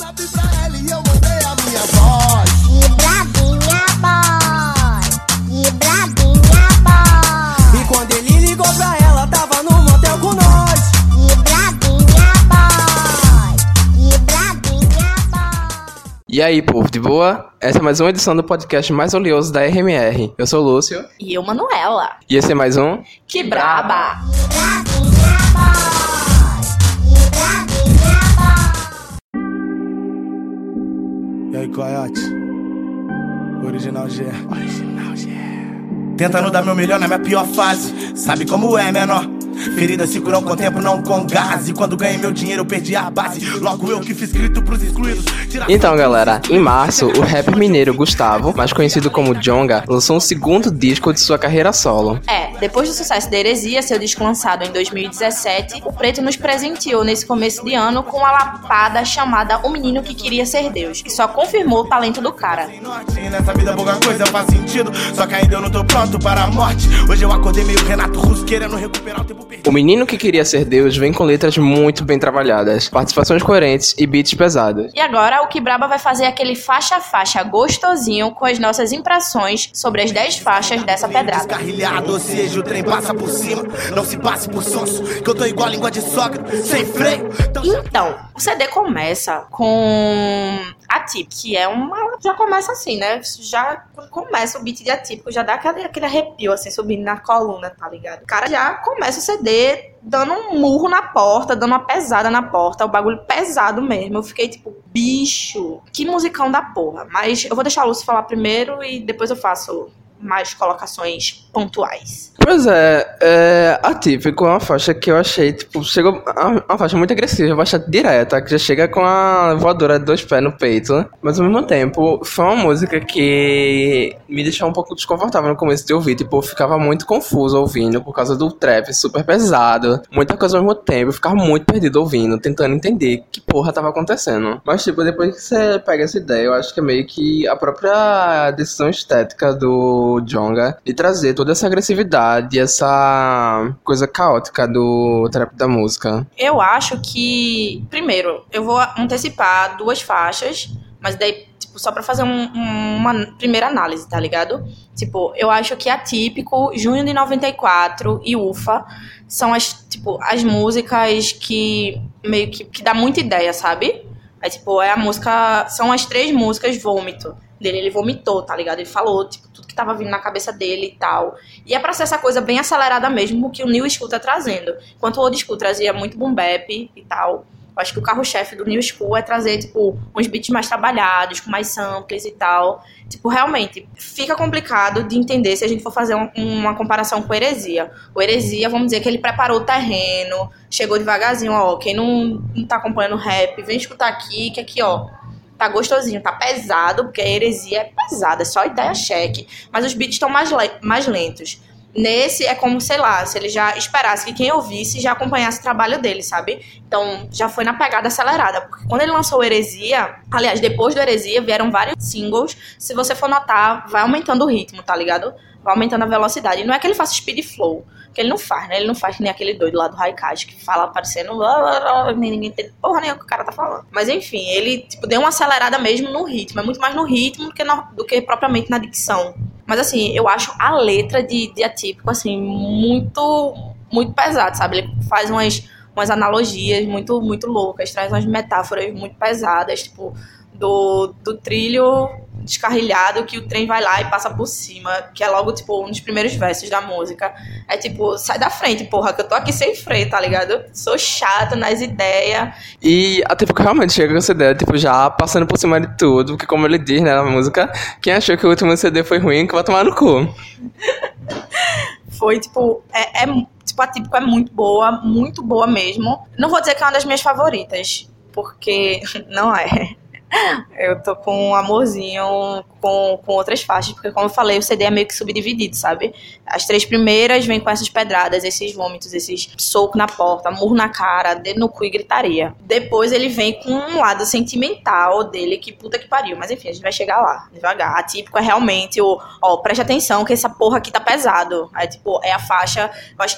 WhatsApp pra ela e eu mandei a minha voz. Que bravinha, boy. Que bravinha, boy. E quando ele ligou pra ela, tava no motel com nós. Que bravinha, boy. Que bravinha, boy. E aí, povo, de boa? Essa é mais uma edição do podcast mais oleoso da RMR. Eu sou o Lúcio. E eu, Manuela. E esse é mais um... Que braba! Bravinha, boy. Que bravinha, boy. E aí, Coyote? Original G. Tentando dar meu melhor na minha pior fase. Sabe como é, menor? Feridas se curam com tempo, não com gás. E quando ganhei meu dinheiro, eu perdi a base. Logo eu que fiz grito pros excluídos. Então, galera, em março, o rapper mineiro Gustavo, mais conhecido como Djonga, lançou um segundo disco de sua carreira solo. Depois do sucesso da Heresia, seu disco lançado em 2017, o Preto nos presenteou nesse começo de ano com uma lapada chamada O Menino que Queria Ser Deus, que só confirmou o talento do cara. Nessa vida pouca coisa faz sentido. Só que ainda eu não tô pronto para a morte. Hoje eu acordei meio Renato Russo, querendo recuperar o tempo perdido. O Menino que Queria Ser Deus vem com letras muito bem trabalhadas, participações coerentes e beats pesados. E agora o Que Braba vai fazer aquele faixa-faixa gostosinho com as nossas impressões sobre as 10 faixas dessa pedrada. Descarrilhado, ou seja, o trem passa por cima. Não se passe por sonso, que eu tô igual língua de sogra, sem freio. Então, o CD começa com Atípico, que é uma... Já começa assim, né? Já quando começa o beat de Atípico, já dá aquele arrepio, assim, subindo na coluna, tá ligado? O cara já começa o CD dando um murro na porta, dando uma pesada na porta, o bagulho pesado mesmo. Eu fiquei tipo, bicho, que musicão da porra. Mas eu vou deixar o Lúcio falar primeiro e depois eu faço mais colocações pontuais. Pois é, Atípico é uma faixa que eu achei, tipo, chegou uma faixa muito agressiva, bastante direta, que já chega com a voadora de 2 pés no peito, mas ao mesmo tempo foi uma música que me deixou um pouco desconfortável no começo de ouvir, tipo, eu ficava muito confuso ouvindo por causa do trap super pesado, muita coisa ao mesmo tempo, eu ficava muito perdido ouvindo, tentando entender que porra tava acontecendo. Mas, tipo, depois que você pega essa ideia, eu acho que é meio que a própria decisão estética do Djonga de trazer toda essa agressividade, essa coisa caótica do trap da música. Eu acho que, primeiro, eu vou antecipar 2 faixas, mas daí, tipo, só pra fazer uma primeira análise, tá ligado? Tipo, eu acho que Atípico, Junho de 94 e Ufa são as músicas que meio que dá muita ideia, sabe? Aí, tipo, são as 3 músicas vômito dele, ele vomitou, tá ligado? Ele falou, tipo, tudo que tava vindo na cabeça dele e tal. E é pra ser essa coisa bem acelerada mesmo que o New School tá trazendo. Enquanto o Old School trazia muito boom bap e tal, eu acho que o carro-chefe do New School é trazer, tipo, uns beats mais trabalhados, com mais samples e tal. Tipo, realmente, fica complicado de entender se a gente for fazer uma comparação com o Heresia. O Heresia, vamos dizer que ele preparou o terreno, chegou devagarzinho, ó, quem não tá acompanhando o rap, vem escutar aqui, que aqui, ó, tá gostosinho, tá pesado, porque a Heresia é pesada, é só ideia cheque, mas os beats estão mais lentos. Nesse é como, sei lá, se ele já esperasse que quem ouvisse já acompanhasse o trabalho dele, sabe? Então já foi na pegada acelerada, porque quando ele lançou o Heresia, aliás, depois do Heresia vieram vários singles, se você for notar, vai aumentando o ritmo, tá ligado? Vai aumentando a velocidade. E não é que ele faça speed flow, que ele não faz, né? Ele não faz que nem aquele doido lá do Raikage, que fala parecendo... ninguém entende porra nenhuma que o cara tá falando. Mas enfim, ele tipo, deu uma acelerada mesmo no ritmo. É muito mais no ritmo do que propriamente na dicção. Mas assim, eu acho a letra de Atípico, assim, muito, muito pesada, sabe? Ele faz umas analogias muito, muito loucas, traz umas metáforas muito pesadas, tipo, do trilho descarrilhado que o trem vai lá e passa por cima, que é logo, tipo, um dos primeiros versos da música. É tipo, sai da frente, porra, que eu tô aqui sem freio, tá ligado? Sou chato nas ideias. E Atípico realmente chega com essa ideia, tipo, já passando por cima de tudo, porque como ele diz, né, na música, quem achou que o último CD foi ruim, que vai tomar no cu. Foi, tipo, tipo, Atípico é muito boa mesmo. Não vou dizer que é uma das minhas favoritas, porque não é. Eu tô com um amorzinho com outras faixas, porque como eu falei, o CD é meio que subdividido, sabe? As 3 primeiras vêm com essas pedradas, esses vômitos, esses soco na porta, murro na cara, dedo no cu e gritaria. Depois ele vem com um lado sentimental dele, que puta que pariu. Mas enfim, a gente vai chegar lá, devagar. Atípico é realmente preste atenção que essa porra aqui tá pesado. É tipo, é a faixa, eu acho que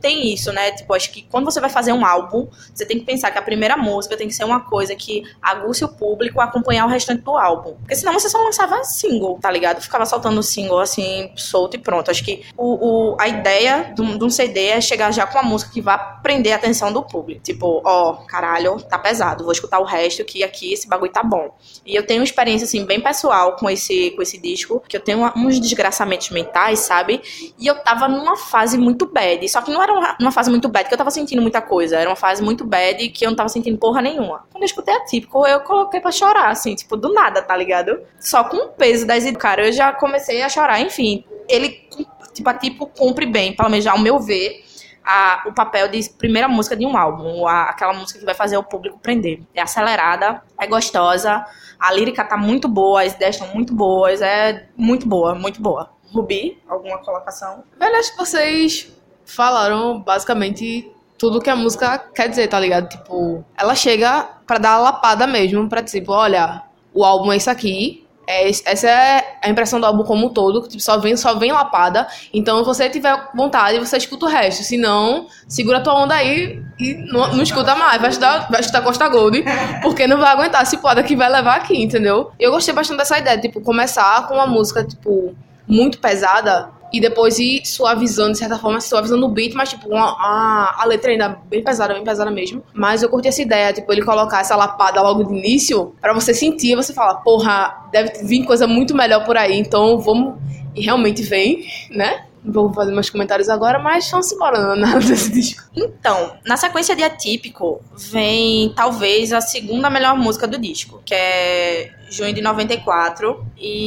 tem isso, né? Tipo, acho que quando você vai fazer um álbum, você tem que pensar que a primeira música tem que ser uma coisa que aguce o público a acompanhar o restante do álbum. Porque senão você só lançava single, tá ligado? Ficava soltando single assim, solto e pronto. Acho que a ideia de um CD é chegar já com uma música que vá prender a atenção do público. Tipo, ó, caralho, tá pesado, vou escutar o resto que aqui esse bagulho tá bom. E eu tenho uma experiência, assim, bem pessoal com esse disco, que eu tenho uns desgraçamentos mentais, sabe? E eu tava numa fase muito bad. Só que não era uma fase muito bad que eu tava sentindo muita coisa. Era uma fase muito bad que eu não tava sentindo porra nenhuma. Quando eu escutei Atípico, eu coloquei pra chorar, assim, tipo, do nada, tá ligado? Só com o peso das ideias, cara, eu já comecei a chorar. Enfim, ele, tipo, Atípico cumpre bem, pelo menos ao meu ver, o papel de primeira música de um álbum, aquela música que vai fazer o público prender. É acelerada, é gostosa, a lírica tá muito boa, as ideias estão muito boas, é muito boa, muito boa. Rubi, alguma colocação? Velho, acho que vocês falaram basicamente tudo que a música quer dizer, tá ligado? Tipo, ela chega pra dar a lapada mesmo, pra tipo, olha, o álbum é isso aqui. Essa é a impressão do álbum como um todo, que tipo, só vem lapada. Então, se você tiver vontade, você escuta o resto. Se não, segura tua onda aí e não escuta mais. Vai estudar Costa Gold, porque não vai aguentar a cipuada que vai levar aqui, entendeu? Eu gostei bastante dessa ideia, tipo, começar com uma música, tipo, muito pesada e depois ir suavizando, de certa forma, suavizando o beat, mas, tipo, a letra ainda bem pesada mesmo. Mas eu curti essa ideia, tipo, ele colocar essa lapada logo de início, pra você sentir, você fala, porra, deve vir coisa muito melhor por aí, então vamos... E realmente vem, né? Vou fazer meus comentários agora, mas vamos embora nada desse disco. Então, na sequência de Atípico, vem talvez a segunda melhor música do disco, que é Junho de 94.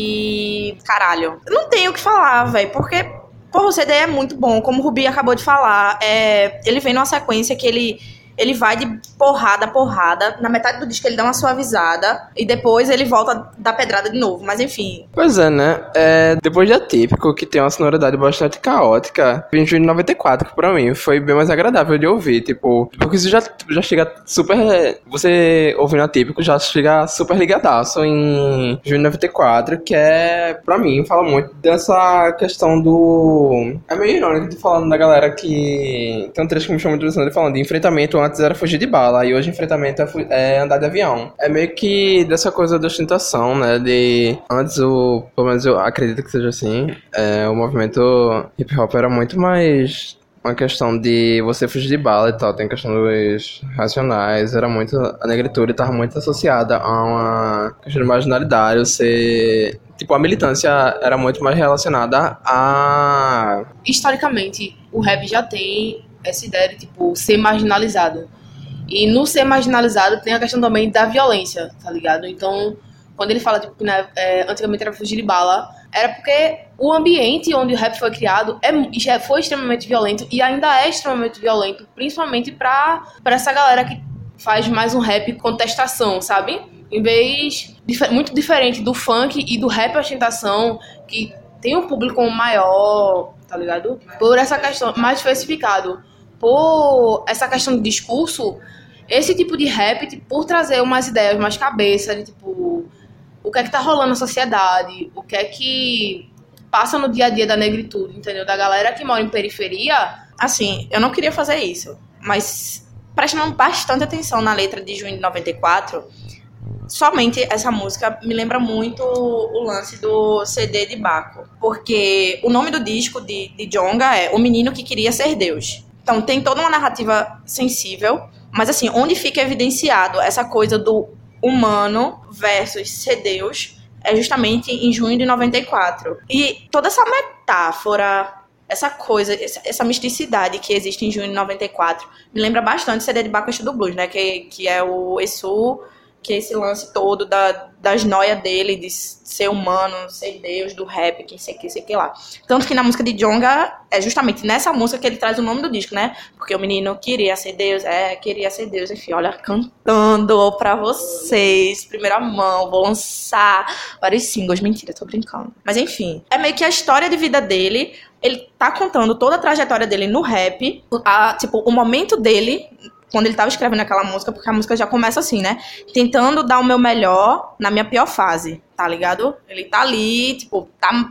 E, caralho, eu não tenho o que falar, velho, porque, porra, o CD é muito bom, como o Rubi acabou de falar. Ele vem numa sequência que ele vai de porrada a porrada. Na metade do disco ele dá uma suavizada e depois ele volta a dar pedrada de novo. Mas enfim. Pois é, né? Depois de Atípico, que tem uma sonoridade bastante caótica, vem Junho de 94, que pra mim foi bem mais agradável de ouvir. Tipo, porque isso já chega super... Você ouvindo Atípico já chega super ligadaço em Junho de 94, que pra mim, fala muito dessa questão do... É meio irônico de falando da galera que... Tem um trecho que me chama de atenção, falando de enfrentamento. Antes era fugir de bala, e hoje enfrentamento é andar de avião. É meio que dessa coisa da ostentação, né? Antes, pelo menos eu acredito que seja assim, o movimento hip hop era muito mais uma questão de você fugir de bala e tal. Tem questão dos racionais, era muito... A negritude estava muito associada a uma questão de marginalidade, Tipo, a militância era muito mais relacionada a... Historicamente, o rap já tem essa ideia de, tipo, ser marginalizado. E no ser marginalizado tem a questão também da violência, tá ligado? Então, quando ele fala, tipo, que antigamente era fugir de bala, era porque o ambiente onde o rap foi criado já foi extremamente violento e ainda é extremamente violento, principalmente pra essa galera que faz mais um rap contestação, sabe? Em vez... muito diferente do funk e do rap ostentação, que tem um público maior, tá ligado? Por essa questão, mais especificado, por essa questão de discurso, esse tipo de rap, tipo, por trazer umas ideias mais cabeça, de tipo, o que é que tá rolando na sociedade, o que é que passa no dia a dia da negritude, entendeu? Da galera que mora em periferia. Assim, eu não queria fazer isso, mas prestando bastante atenção na letra de Junho de 94, somente essa música me lembra muito o lance do CD de Baco, porque o nome do disco de Djonga é O Menino que Queria Ser Deus. Então tem toda uma narrativa sensível, mas assim, onde fica evidenciado essa coisa do humano versus ser Deus é justamente em Junho de 94. E toda essa metáfora, essa coisa, essa misticidade que existe em Junho de 94 me lembra bastante o CD de Baco do Blues, né? Que é o Exu, que é esse lance todo das noias dele, de ser humano, ser Deus, do rap, quem sei que lá. Tanto que na música de Djonga, é justamente nessa música que ele traz o nome do disco, né? Porque o menino queria ser Deus, queria ser Deus. Enfim, olha, cantando pra vocês, primeira mão, vou lançar vários singles. Mentira, tô brincando. Mas enfim, é meio que a história de vida dele. Ele tá contando toda a trajetória dele no rap, tipo, o momento dele... quando ele tava escrevendo aquela música, porque a música já começa assim, né? Tentando dar o meu melhor na minha pior fase, tá ligado? Ele tá ali, tipo, tá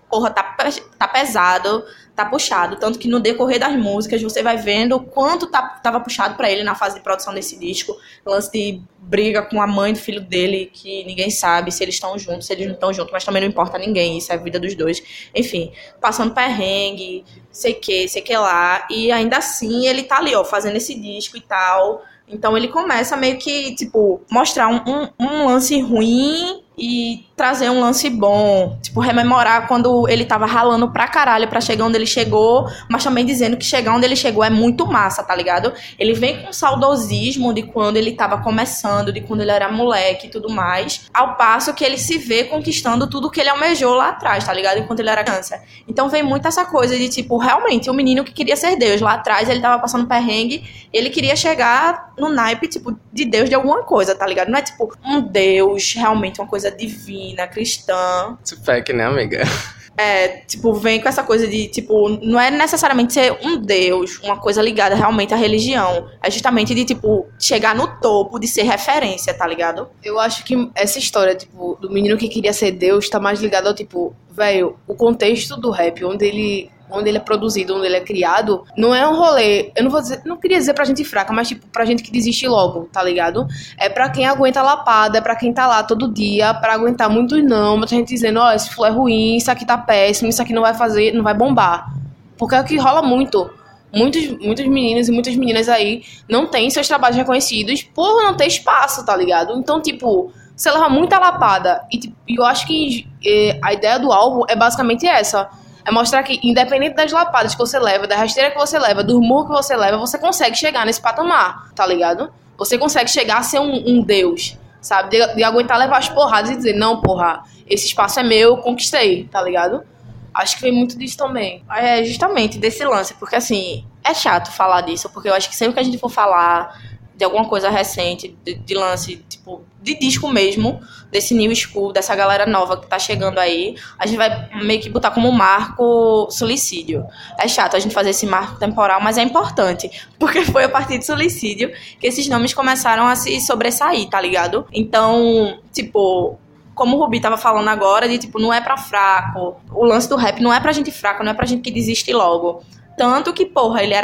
porra, tá pesado, tá puxado. Tanto que no decorrer das músicas você vai vendo o quanto tava puxado pra ele na fase de produção desse disco. Lance de briga com a mãe do filho dele, que ninguém sabe se eles estão juntos, se eles não estão juntos, mas também não importa a ninguém, isso é a vida dos dois. Enfim, passando perrengue, sei que lá. E ainda assim ele tá ali, ó, fazendo esse disco e tal. Então ele começa meio que, tipo, mostrar um lance ruim e trazer um lance bom. Tipo, rememorar quando ele tava ralando pra caralho pra chegar onde ele chegou, mas também dizendo que chegar onde ele chegou é muito massa, tá ligado? Ele vem com saudosismo de quando ele tava começando, de quando ele era moleque e tudo mais, ao passo que ele se vê conquistando tudo que ele almejou lá atrás, tá ligado? Enquanto ele era criança. Então vem muito essa coisa de, tipo, realmente, o menino que queria ser Deus. Lá atrás ele tava passando perrengue, ele queria chegar no naipe, tipo, de Deus de alguma coisa, tá ligado? Não é, tipo, um Deus, realmente uma coisa divina, cristã. Tupac, né, amiga? É, tipo, vem com essa coisa de, tipo, não é necessariamente ser um Deus, uma coisa ligada realmente à religião. É justamente de, tipo, chegar no topo, de ser referência, tá ligado? Eu acho que essa história, tipo, do menino que queria ser Deus tá mais ligado ao, tipo, velho, o contexto do rap, onde ele é produzido, onde ele é criado, não é um rolê, eu não queria dizer pra gente fraca, mas tipo, pra gente que desiste logo, tá ligado? É pra quem aguenta a lapada, é pra quem tá lá todo dia, pra aguentar muitos não, muita gente dizendo, ó, esse flow é ruim, isso aqui tá péssimo, isso aqui não vai fazer, não vai bombar. Porque é o que rola muito. Muitos meninos e muitas meninas aí não têm seus trabalhos reconhecidos por não ter espaço, tá ligado? Então, tipo, você leva muita lapada. E tipo, eu acho que a ideia do álbum é basicamente essa. É mostrar que, independente das lapadas que você leva, da rasteira que você leva, do murro que você leva, você consegue chegar nesse patamar, tá ligado? Você consegue chegar a ser um deus, sabe? De aguentar levar as porradas e dizer, não, porra, esse espaço é meu, conquistei, tá ligado? Acho que vem muito disso também. É justamente desse lance, porque assim, é chato falar disso, porque eu acho que sempre que a gente for falar de alguma coisa recente, de lance, tipo, de disco mesmo, desse new school, dessa galera nova que tá chegando aí, a gente vai meio que botar como marco Suicídio. É chato a gente fazer esse marco temporal, mas é importante, porque foi a partir de Suicídio que esses nomes começaram a se sobressair, tá ligado? Então, tipo, como o Rubi tava falando agora, de tipo, não é pra fraco, o lance do rap não é pra gente fraca, não é pra gente que desiste logo. Tanto que, porra, ele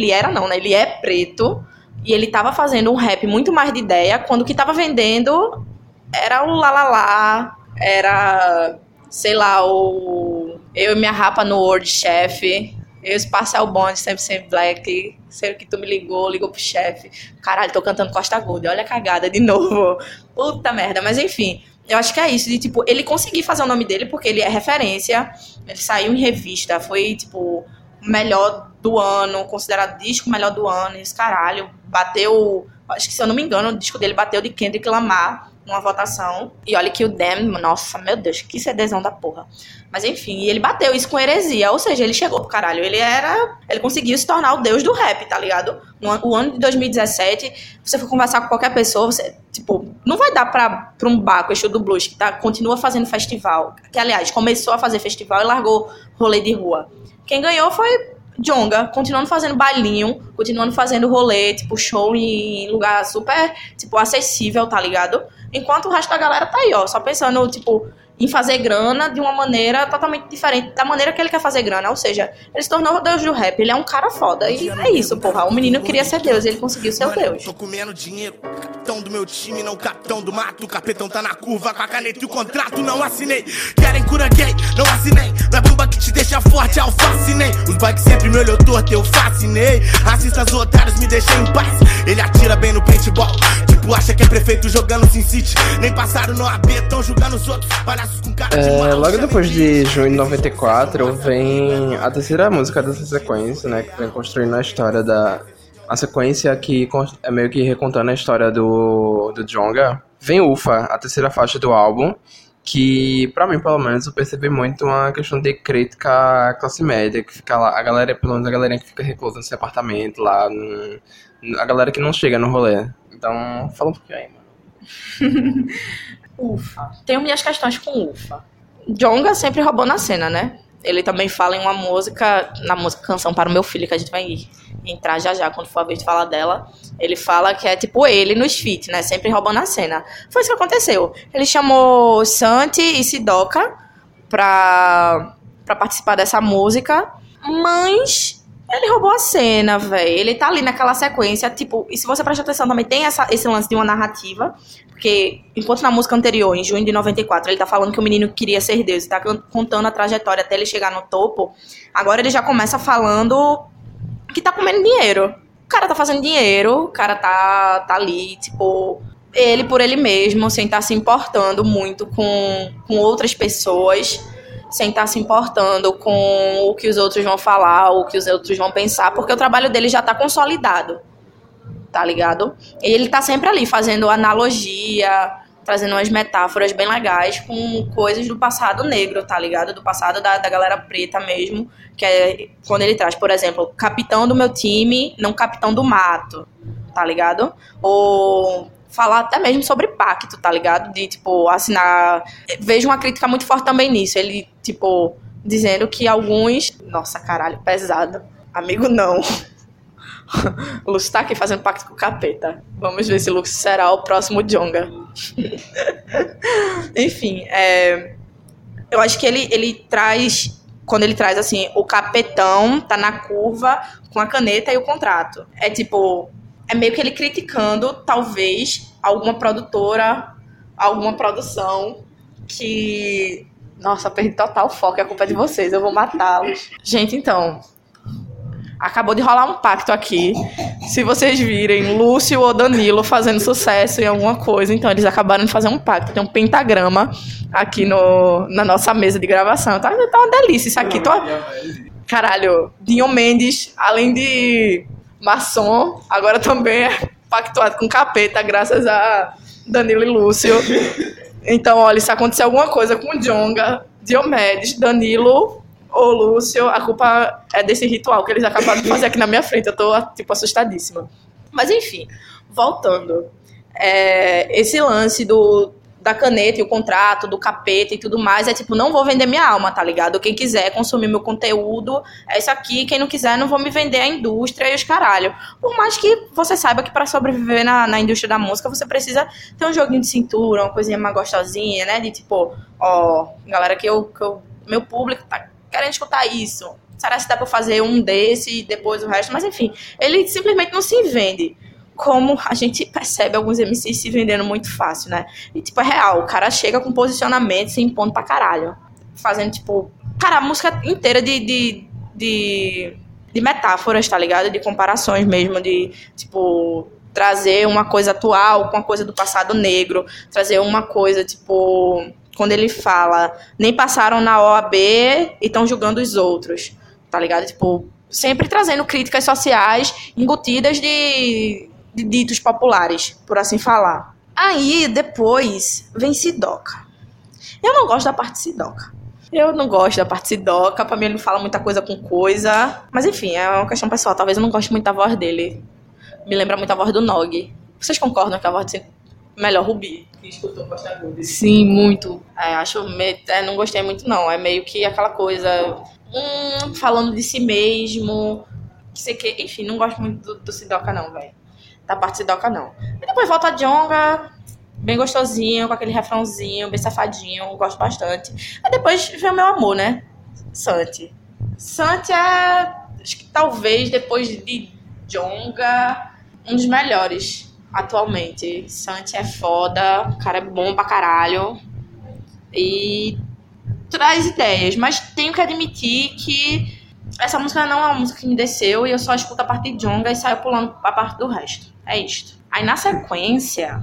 é preto, e ele tava fazendo um rap muito mais de ideia, quando o que tava vendendo era o Lalala, era, sei lá, o Eu e Minha Rapa no World Chef, eu Espacial Bond, sempre Black, sei que tu me ligou pro chefe. Caralho, tô cantando Costa Gold, olha a cagada de novo. Puta merda, mas enfim, eu acho que é isso, de tipo, ele conseguir fazer o nome dele, porque ele é referência, ele saiu em revista, foi tipo, melhor do ano, considerado disco melhor do ano, esse caralho, bateu, acho que se eu não me engano, o disco dele bateu de Kendrick Lamar numa votação, e olha que o Damn, nossa, meu Deus, que CDzão da porra. Mas enfim, ele bateu isso com Heresia, ou seja, ele chegou pro caralho, ele conseguiu se tornar o deus do rap, tá ligado? O ano de 2017, você for conversar com qualquer pessoa, você, tipo, não vai dar pra um Baco, Exu do Blues, que continua fazendo festival, que aliás, começou a fazer festival e largou rolê de rua. Quem ganhou foi Djonga, continuando fazendo bailinho, continuando fazendo rolê, tipo, show em lugar super, tipo, acessível, tá ligado? Enquanto o resto da galera tá aí, ó, só pensando, tipo, em fazer grana de uma maneira totalmente diferente da maneira que ele quer fazer grana. Ou seja, ele se tornou o deus do rap, ele é um cara foda. E é isso, porra. O menino queria ser Deus, ele conseguiu ser o Deus. Tô comendo dinheiro, capitão do meu time, não capitão do mato. O capetão tá na curva com a caneta e o contrato não assinei. Querem cura gay, não assinei. Não é bomba que te deixa forte, alfacinei. Os bikes sempre me olhou torto, eu fascinei. Assista os otários, me deixei em paz. Ele atira bem no paintball, tipo, acha que é prefeito jogando Sin City. Nem passaram no AB, tão julgando os outros. Palhaços com cara de mal. Logo depois de junho de 94, vem a terceira música dessa sequência, né? Que vem construindo a história a sequência que é meio que recontando a história do Djonga. Vem Ufa, a terceira faixa do álbum, que pra mim, pelo menos, eu percebi muito uma questão de crítica à classe média, que fica lá, pelo menos a galerinha que fica reclusa nesse apartamento lá, a galera que não chega no rolê. Então, fala um pouquinho aí, mano. Ufa. Tenho minhas questões com Ufa. Djonga sempre roubou na cena, né? Ele também fala em uma música, na música Canção para o Meu Filho, que a gente vai entrar já, quando for a vez de falar dela. Ele fala que é tipo ele nos feats, né? Sempre roubando a cena. Foi isso que aconteceu. Ele chamou Santi e Sidoca pra pra participar dessa música, mas ele roubou a cena, velho. Ele tá ali naquela sequência, tipo, e se você prestar atenção também tem esse lance de uma narrativa, porque enquanto na música anterior, em junho de 94, ele tá falando que o menino queria ser Deus e tá contando a trajetória até ele chegar no topo, agora ele já começa falando que tá comendo dinheiro. O cara tá fazendo dinheiro, o cara tá ali, tipo, ele por ele mesmo, sem estar se importando muito com outras pessoas, sem estar se importando com o que os outros vão falar, o que os outros vão pensar, porque o trabalho dele já tá consolidado, tá ligado? E ele tá sempre ali fazendo analogia, trazendo umas metáforas bem legais com coisas do passado negro, tá ligado? Do passado da galera preta mesmo, que é quando ele traz, por exemplo, capitão do meu time, não capitão do mato, tá ligado? Ou falar até mesmo sobre pacto, tá ligado? De, tipo, assinar... Vejo uma crítica muito forte também nisso. Ele, tipo, dizendo que alguns... Nossa, caralho, pesado. Amigo, não. O Lúcio tá aqui fazendo pacto com o capeta. Vamos ver se o Lúcio será o próximo Djonga. Enfim, eu acho que ele traz... Quando ele traz, assim, o capetão tá na curva com a caneta e o contrato. É, tipo... É meio que ele criticando, talvez, alguma produtora, alguma produção que... Nossa, perdi total o foco, a culpa é de vocês, eu vou matá-los. Gente, então, acabou de rolar um pacto aqui. Se vocês virem Lúcio ou Danilo fazendo sucesso em alguma coisa, então eles acabaram de fazer um pacto. Tem um pentagrama aqui na nossa mesa de gravação. Tá uma delícia isso aqui. Caralho, Dinho Mendes, além de... maçom, agora também é pactuado com capeta, graças a Danilo e Lúcio. Então, olha, se acontecer alguma coisa com o Djonga, Diomedes, Danilo ou Lúcio, a culpa é desse ritual que eles acabaram de fazer aqui na minha frente. Eu tô, tipo, assustadíssima. Mas, enfim, voltando. Esse lance da caneta e o contrato, do capeta e tudo mais, é tipo, não vou vender minha alma, tá ligado? Quem quiser consumir meu conteúdo, é isso aqui. Quem não quiser, não vou me vender a indústria e os caralho. Por mais que você saiba que pra sobreviver na indústria da música, você precisa ter um joguinho de cintura, uma coisinha mais gostosinha, né? De tipo, galera, meu público tá querendo escutar isso. Será que dá pra fazer um desse e depois o resto? Mas enfim, ele simplesmente não se vende. Como a gente percebe alguns MCs se vendendo muito fácil, né? E, tipo, é real. O cara chega com posicionamento, se impondo pra caralho. Fazendo, tipo... Cara, a música inteira de metáforas, tá ligado? De comparações mesmo, de, tipo... Trazer uma coisa atual com uma coisa do passado negro. Trazer uma coisa, tipo... Quando ele fala... Nem passaram na OAB e estão julgando os outros. Tá ligado? Tipo... Sempre trazendo críticas sociais embutidas de ditos populares, por assim falar. Aí, depois, vem Sidoca. Eu não gosto da parte Sidoca. Pra mim, ele não fala muita coisa com coisa. Mas, enfim, é uma questão pessoal. Talvez eu não goste muito da voz dele. Me lembra muito a voz do Nog. Vocês concordam que a voz de melhor Rubi? Que escutou Costa Gold? Sim, muito. Não gostei muito, não. É meio que aquela coisa... falando de si mesmo. Enfim, não gosto muito do Sidoca, não, velho. Da parte Sidoca, não. E depois volta a Djonga, bem gostosinho, com aquele refrãozinho, bem safadinho, gosto bastante. Aí depois vem o meu amor, né? Santi. Santi é, acho que talvez, depois de Djonga, um dos melhores atualmente. Santi é foda, o cara é bom pra caralho. E traz ideias, mas tenho que admitir que essa música não é uma música que me desceu e eu só escuto a parte de Djonga e saio pulando a parte do resto. É isto. Aí na sequência,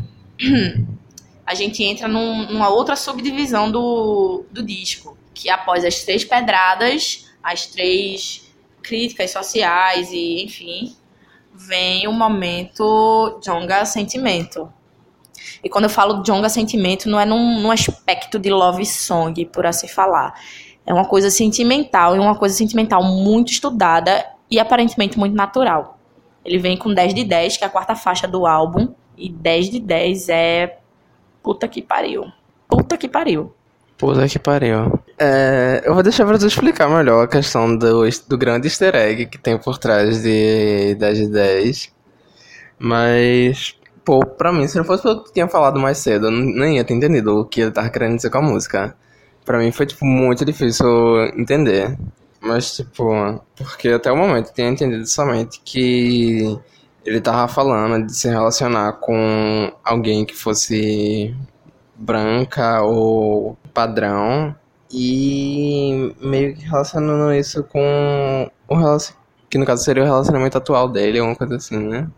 a gente entra numa outra subdivisão do disco, que após as 3 pedradas, as 3 críticas sociais e enfim, vem o momento Djonga Sentimento. E quando eu falo Djonga Sentimento, não é num aspecto de love song, por assim falar. É uma coisa sentimental, e uma coisa sentimental muito estudada e aparentemente muito natural. Ele vem com 10 de 10, que é a 4ª faixa do álbum, e 10 de 10 é... Puta que pariu. Puta que pariu. Puta que pariu. Eu vou deixar pra tu explicar melhor a questão do grande easter egg que tem por trás de 10 de 10. Mas... Pô, pra mim, se não fosse o que eu tinha falado mais cedo, eu nem ia ter entendido o que ele tava querendo dizer com a música. Pra mim foi, tipo, muito difícil entender. Mas, tipo, porque até o momento eu tinha entendido somente que ele tava falando de se relacionar com alguém que fosse branca ou padrão e meio que relacionando isso com que no caso seria o relacionamento atual dele, alguma coisa assim, né?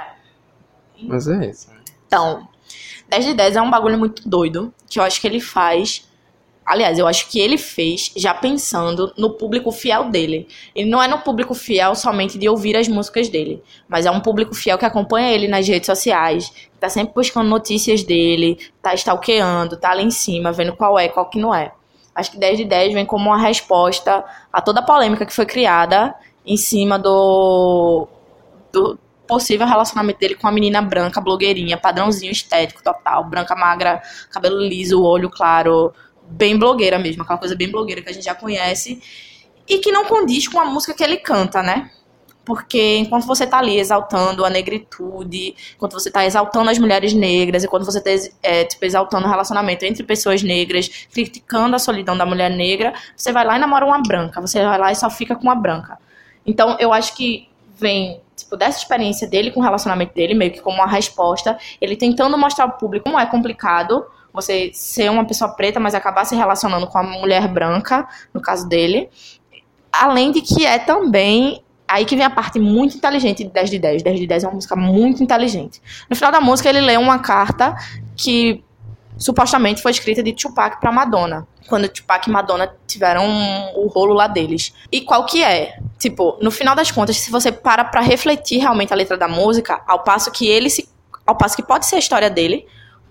Mas é isso. Então, 10 de 10 é um bagulho muito doido, que eu acho que ele faz. Aliás, eu acho que ele fez já pensando no público fiel dele. Ele não é no público fiel somente de ouvir as músicas dele, mas é um público fiel que acompanha ele nas redes sociais, que tá sempre buscando notícias dele, tá stalkeando, tá lá em cima, vendo qual que não é. Acho que 10 de 10 vem como uma resposta a toda a polêmica que foi criada em cima do possível relacionamento dele com a menina branca, blogueirinha, padrãozinho estético total, branca, magra, cabelo liso, olho claro, bem blogueira mesmo, aquela coisa bem blogueira que a gente já conhece e que não condiz com a música que ele canta, né? Porque enquanto você tá ali exaltando a negritude, enquanto você tá exaltando as mulheres negras, enquanto você tá tipo, exaltando o relacionamento entre pessoas negras, criticando a solidão da mulher negra, você vai lá e namora uma branca, você vai lá e só fica com uma branca. Então eu acho que vem tipo, dessa experiência dele com o relacionamento dele, meio que como uma resposta, ele tentando mostrar ao público como é complicado você ser uma pessoa preta, mas acabar se relacionando com a mulher branca, no caso dele. Além de que é também aí que vem a parte muito inteligente de 10 de 10. 10 de 10 é uma música muito inteligente. No final da música, ele lê uma carta que supostamente foi escrita de Tupac pra Madonna, quando Tupac e Madonna tiveram o rolo lá deles. E qual que é? Tipo, no final das contas, se você para pra refletir realmente a letra da música, ao passo que pode ser a história dele,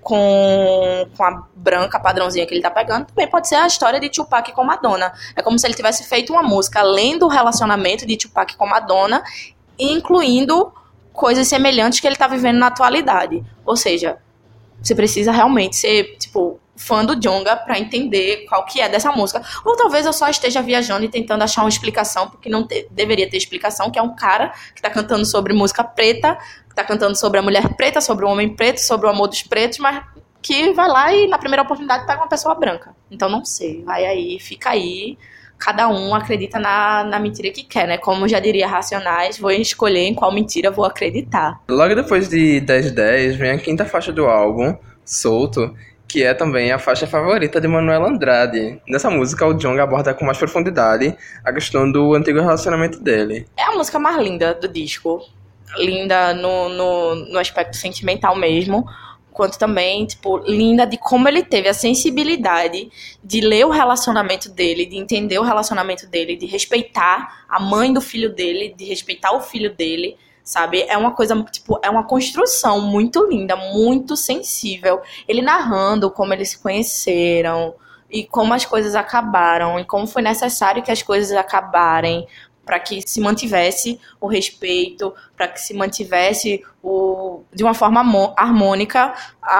com a branca padrãozinha que ele tá pegando, também pode ser a história de Tupac com Madonna. É como se ele tivesse feito uma música além do relacionamento de Tupac com Madonna, incluindo coisas semelhantes que ele tá vivendo na atualidade. Ou seja, você precisa realmente ser, tipo, fã do Djonga pra entender qual que é dessa música. Ou talvez eu só esteja viajando e tentando achar uma explicação, porque não deveria ter explicação, que é um cara que tá cantando sobre música preta, que tá cantando sobre a mulher preta, sobre o homem preto, sobre o amor dos pretos, mas que vai lá e na primeira oportunidade pega uma pessoa branca. Então não sei, vai aí, fica aí. Cada um acredita na mentira que quer, né? Como já diria Racionais, vou escolher em qual mentira vou acreditar. Logo depois de 1010 vem a quinta faixa do álbum, Solto, que é também a faixa favorita de Manuela Andrade. Nessa música, o Djonga aborda com mais profundidade a questão do antigo relacionamento dele. É a música mais linda do disco. Linda no aspecto sentimental mesmo, quanto também, tipo, linda de como ele teve a sensibilidade de ler o relacionamento dele, de entender o relacionamento dele, de respeitar a mãe do filho dele, de respeitar o filho dele, sabe? É uma coisa, tipo, é uma construção muito linda, muito sensível. Ele narrando como eles se conheceram e como as coisas acabaram e como foi necessário que as coisas acabarem para que se mantivesse o respeito, para que se mantivesse de uma forma harmônica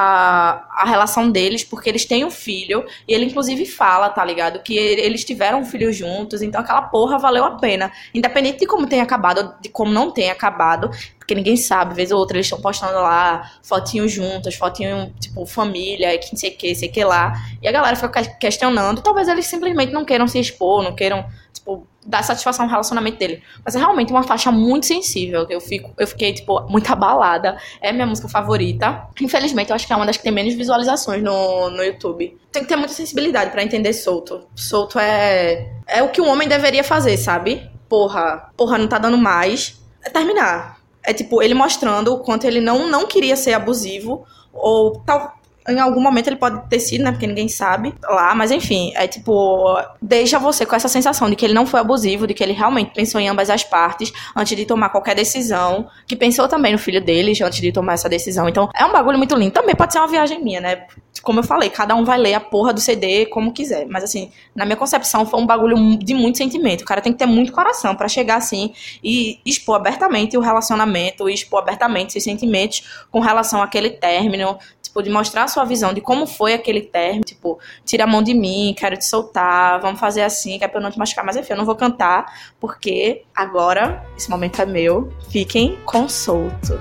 a relação deles, porque eles têm um filho, e ele inclusive fala, tá ligado, que eles tiveram um filho juntos, então aquela porra valeu a pena, independente de como tenha acabado, ou de como não tenha acabado, porque ninguém sabe, vez ou outra eles estão postando lá fotinhos juntos, fotinho tipo família, que não sei o que, sei que lá, e a galera fica questionando, talvez eles simplesmente não queiram se expor, não queiram, tipo, dar satisfação ao relacionamento dele. Mas é realmente uma faixa muito sensível, que eu fiquei, tipo, muito abalada. É minha música favorita. Infelizmente, eu acho que é uma das que tem menos visualizações no YouTube. Tem que ter muita sensibilidade pra entender Solto. Solto é o que um homem deveria fazer, sabe? Porra, não tá dando mais. É terminar. É tipo, ele mostrando o quanto ele não queria ser abusivo, ou tal. Em algum momento ele pode ter sido, né? Porque ninguém sabe lá, mas enfim, é tipo, deixa você com essa sensação de que ele não foi abusivo, de que ele realmente pensou em ambas as partes antes de tomar qualquer decisão, que pensou também no filho deles antes de tomar essa decisão. Então, é um bagulho muito lindo. Também pode ser uma viagem minha, né? Como eu falei, cada um vai ler a porra do CD como quiser. Mas assim, na minha concepção, foi um bagulho de muito sentimento. O cara tem que ter muito coração pra chegar assim e expor abertamente o relacionamento, e expor abertamente seus sentimentos com relação àquele término. Tipo, de mostrar a sua visão de como foi aquele término. Tipo, tira a mão de mim, quero te soltar, vamos fazer assim, que é pra eu não te machucar. Mas enfim, eu não vou cantar, porque agora, esse momento é meu. Fiquem com Solto.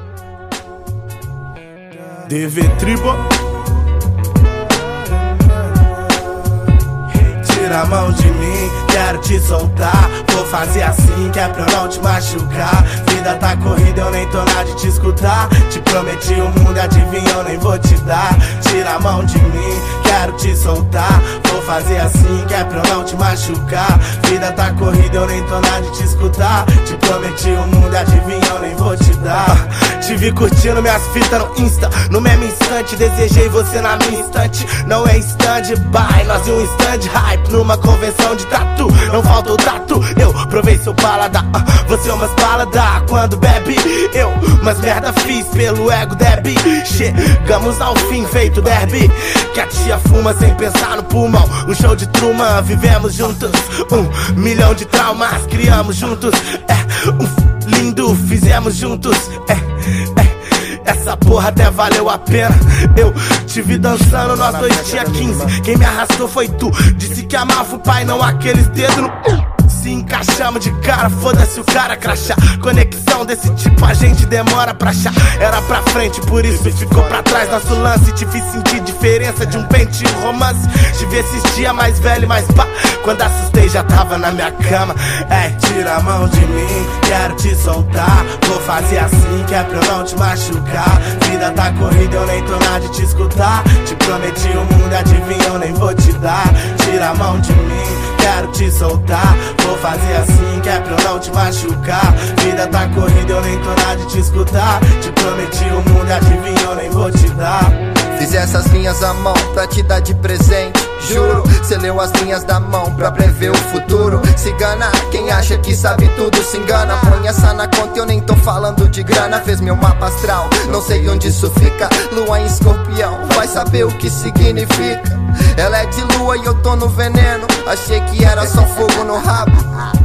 DV Tribo. Tira a mão de mim, quero te soltar. Vou fazer assim que é pra eu não te machucar. Vida tá corrida, eu nem tô nada de te escutar. Te prometi o mundo, adivinha, eu nem vou te dar. Tira a mão de mim, quero te soltar. Vou fazer assim que é pra eu não te machucar. Vida tá corrida, eu nem tô nada de te escutar. Te prometi o mundo, adivinha, eu nem vou te dar. Te vi curtindo minhas fitas no Insta. No mesmo instante, desejei você na minha instante. Não é stand-by, nós e um stand-hype numa convenção de tatu. Não falta o tatu, eu provei seu paladar. Você é umas paladar quando bebe. Eu umas merda fiz pelo ego Debbie. Chegamos ao fim, feito derby. Que a tia fuma sem pensar no pulmão. Um show de Truman, vivemos juntos. 1 milhão de traumas, criamos juntos. Lindo, fizemos juntos. Essa porra até valeu a pena. Eu te vi dançando, nós dois tinha 15. Quem me arrastou foi tu. Disse que amava o pai, não aqueles dedos no... Se encaixamos de cara, foda-se o cara crachá. Conexão desse tipo a gente demora pra achar. Era pra frente, por isso ficou pra trás nosso lance. Te fiz sentir diferença de um pente e um romance. Te vi esses dias mais velho, mais pá. Quando assustei já tava na minha cama. Tira a mão de mim, quero te soltar. Vou fazer assim que é pra eu não te machucar. Vida tá corrida, eu nem tô nada de te escutar. Te prometi o mundo, adivinha, eu nem vou te dar. Tira a mão de mim, quero te soltar. Vou fazer assim que é pra eu não te machucar. Vida tá corrida, eu nem tô nada de te escutar. Te prometi o mundo, adivinha, eu nem vou te dar. Fiz essas linhas à mão pra te dar de presente, juro. Cê leu as linhas da mão pra prever o futuro. Cigana, quem acha que sabe tudo se engana. Põe essa na conta, eu nem tô falando de grana. Fez meu mapa astral, não sei onde isso fica. Lua em escorpião, vai saber o que significa. Ela é de lua e eu tô no veneno. Achei que era só fogo no rabo.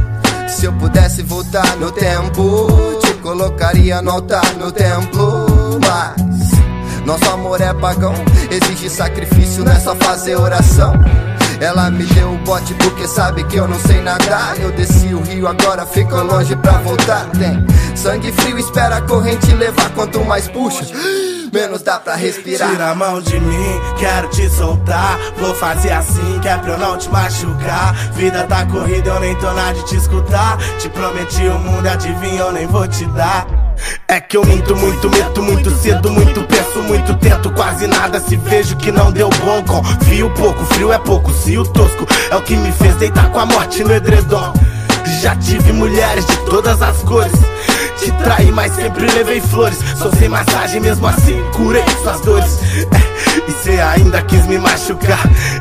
Se eu pudesse voltar no tempo, te colocaria no altar no templo. Mas nosso amor é pagão, exige sacrifício, não é só fazer oração. Ela me deu o bote porque sabe que eu não sei nadar. Eu desci o rio, agora fico longe pra voltar. Tem sangue frio, espera a corrente levar. Quanto mais puxa, menos dá pra respirar. Tira a mão de mim, quero te soltar. Vou fazer assim que é pra eu não te machucar. Vida tá corrida, eu nem tô nada de te escutar. Te prometi o mundo, adivinha, eu nem vou te dar. É que eu minto muito, meto muito cedo, muito penso, muito tento, quase nada se vejo que não deu bom. Confio pouco, frio é pouco, se o tosco é o que me fez deitar com a morte no edredom. Já tive mulheres de todas as cores, te traí, mas sempre levei flores. Sou sem massagem, mesmo assim curei suas dores. E cê ainda quis me machucar.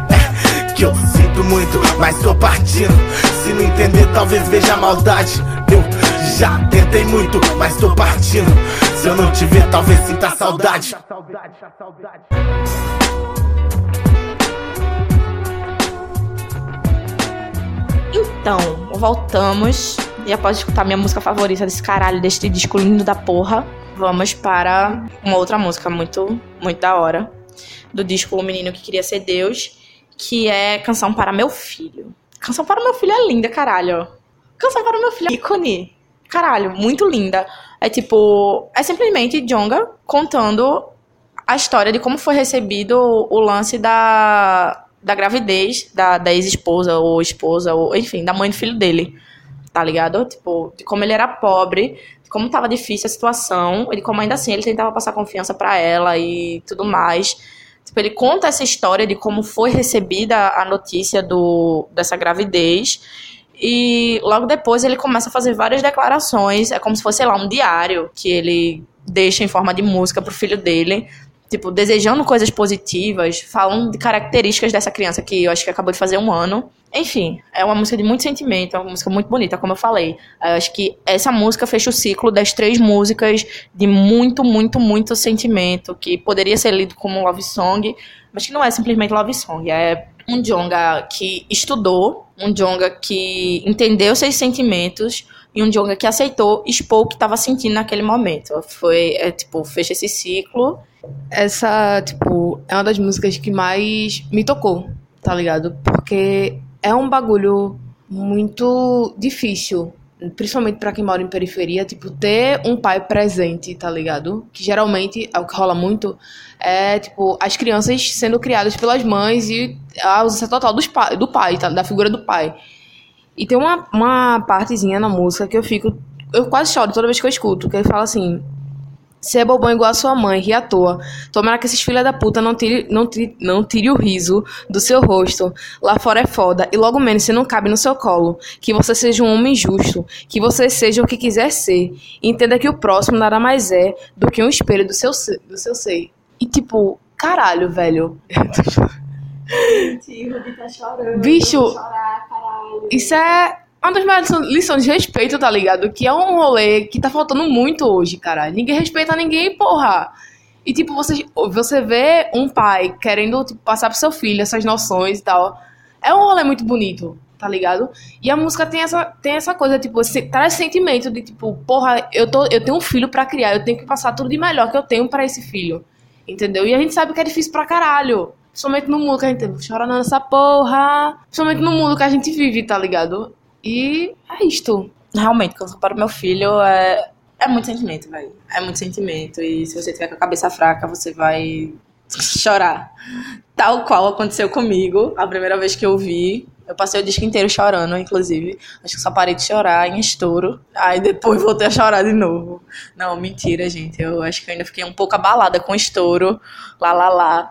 Que eu sinto muito, mas tô partindo. Se não entender, talvez veja a maldade. Eu já tentei muito, mas tô partindo. Se eu não te ver, talvez sinta saudade. Então, voltamos. E após escutar minha música favorita desse caralho, deste disco lindo da porra, vamos para uma outra música muito, muito da hora. Do disco O Menino que Queria Ser Deus, que é Canção para Meu Filho. Canção para Meu Filho é linda, caralho. Canção para Meu Filho é ícone. Caralho, muito linda. É tipo, é simplesmente Djonga contando a história de como foi recebido o lance da gravidez da ex-esposa ou esposa, ou enfim, da mãe do filho dele, tá ligado? Tipo, de como ele era pobre, de como tava difícil a situação, e de como ainda assim ele tentava passar confiança pra ela e tudo mais. Tipo, ele conta essa história de como foi recebida a notícia dessa gravidez. E logo depois ele começa a fazer várias declarações. É como se fosse, sei lá, um diário que ele deixa em forma de música pro filho dele. Tipo, desejando coisas positivas, falando de características dessa criança que eu acho que acabou de fazer 1 ano. Enfim, é uma música de muito sentimento, é uma música muito bonita, como eu falei. Eu acho que essa música fecha o ciclo das 3 músicas de muito, muito, muito sentimento, que poderia ser lido como um love song, mas que não é simplesmente love song. É um Djonga que estudou, um Djonga que entendeu seus sentimentos e um Djonga que aceitou expor o que estava sentindo naquele momento. Fecha esse ciclo. Essa, tipo, é uma das músicas que mais me tocou, tá ligado? Porque é um bagulho muito difícil principalmente pra quem mora em periferia, tipo, ter um pai presente, tá ligado? Que geralmente, é o que rola muito, é, tipo, as crianças sendo criadas pelas mães e a ausência total do pai, tá? Da figura do pai. E tem uma partezinha na música que eu quase choro toda vez que eu escuto, que ele fala assim: "Você é bobão igual a sua mãe, ri à toa. Tomara que esses filha da puta não tire o riso do seu rosto. Lá fora é foda, e logo menos você não cabe no seu colo. Que você seja um homem justo, que você seja o que quiser ser. Entenda que o próximo nada mais é do que um espelho do seu ser." E tipo, caralho, velho. Bicho, isso é uma das maiores lições de respeito, tá ligado? Que é um rolê que tá faltando muito hoje, cara. Ninguém respeita ninguém, porra. E, tipo, você vê um pai querendo, tipo, passar pro seu filho essas noções e tal. É um rolê muito bonito, tá ligado? E a música tem essa coisa, tipo, traz sentimento de, tipo, porra, eu tenho um filho pra criar, eu tenho que passar tudo de melhor que eu tenho pra esse filho. Entendeu? E a gente sabe que é difícil pra caralho. Principalmente no mundo que a gente chora nessa porra. Principalmente no mundo que a gente vive, tá ligado? E é isto. Realmente, quando eu comparo meu filho, é muito sentimento, velho. É muito sentimento. E se você tiver com a cabeça fraca, você vai chorar. Tal qual aconteceu comigo. A primeira vez que eu vi, eu passei o disco inteiro chorando, inclusive. Acho que só parei de chorar em estouro. Aí depois voltei a chorar de novo. Não, mentira, gente. Eu acho que eu ainda fiquei um pouco abalada com estouro. Lá.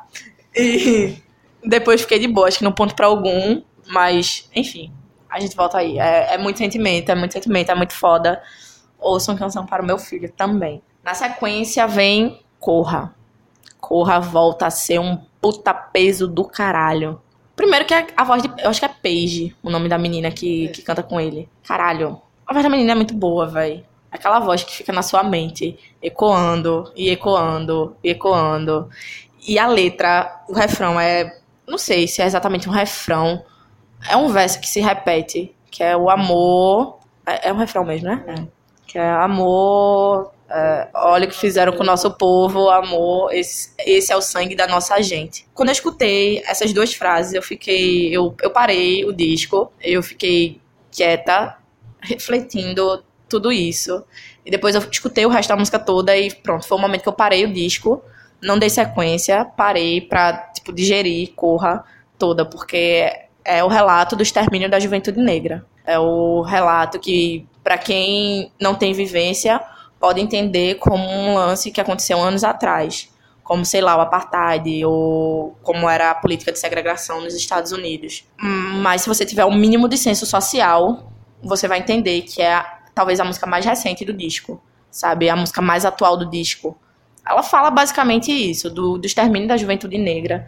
E depois fiquei de boa, acho que não ponto pra algum. Mas, enfim. A gente volta aí. É muito sentimento, é muito foda. Ouçam Canção para o Meu Filho também. Na sequência vem Corra. Corra volta a ser um puta peso do caralho. Primeiro que a voz de... Eu acho que é Paige, o nome da menina que canta com ele. Caralho. A voz da menina é muito boa, velho. Aquela voz que fica na sua mente, ecoando, e ecoando, e ecoando. E a letra, o refrão é... Não sei se é exatamente um refrão. É um verso que se repete, que é o amor... É um refrão mesmo, né? É. Que é amor... olha o que fizeram com o nosso povo, amor, esse é o sangue da nossa gente. Quando eu escutei essas duas frases, eu parei o disco, eu fiquei quieta, refletindo tudo isso. E depois eu escutei o resto da música toda e pronto, foi o momento que eu parei o disco, não dei sequência, parei pra, tipo, digerir Corra toda, porque é o relato do extermínio da juventude negra. É o relato que, pra quem não tem vivência, pode entender como um lance que aconteceu anos atrás, como, sei lá, o apartheid, ou como era a política de segregação nos Estados Unidos. Mas se você tiver um mínimo de senso social, você vai entender que é talvez a música mais recente do disco, sabe? A música mais atual do disco. Ela fala basicamente isso, do extermínio da juventude negra,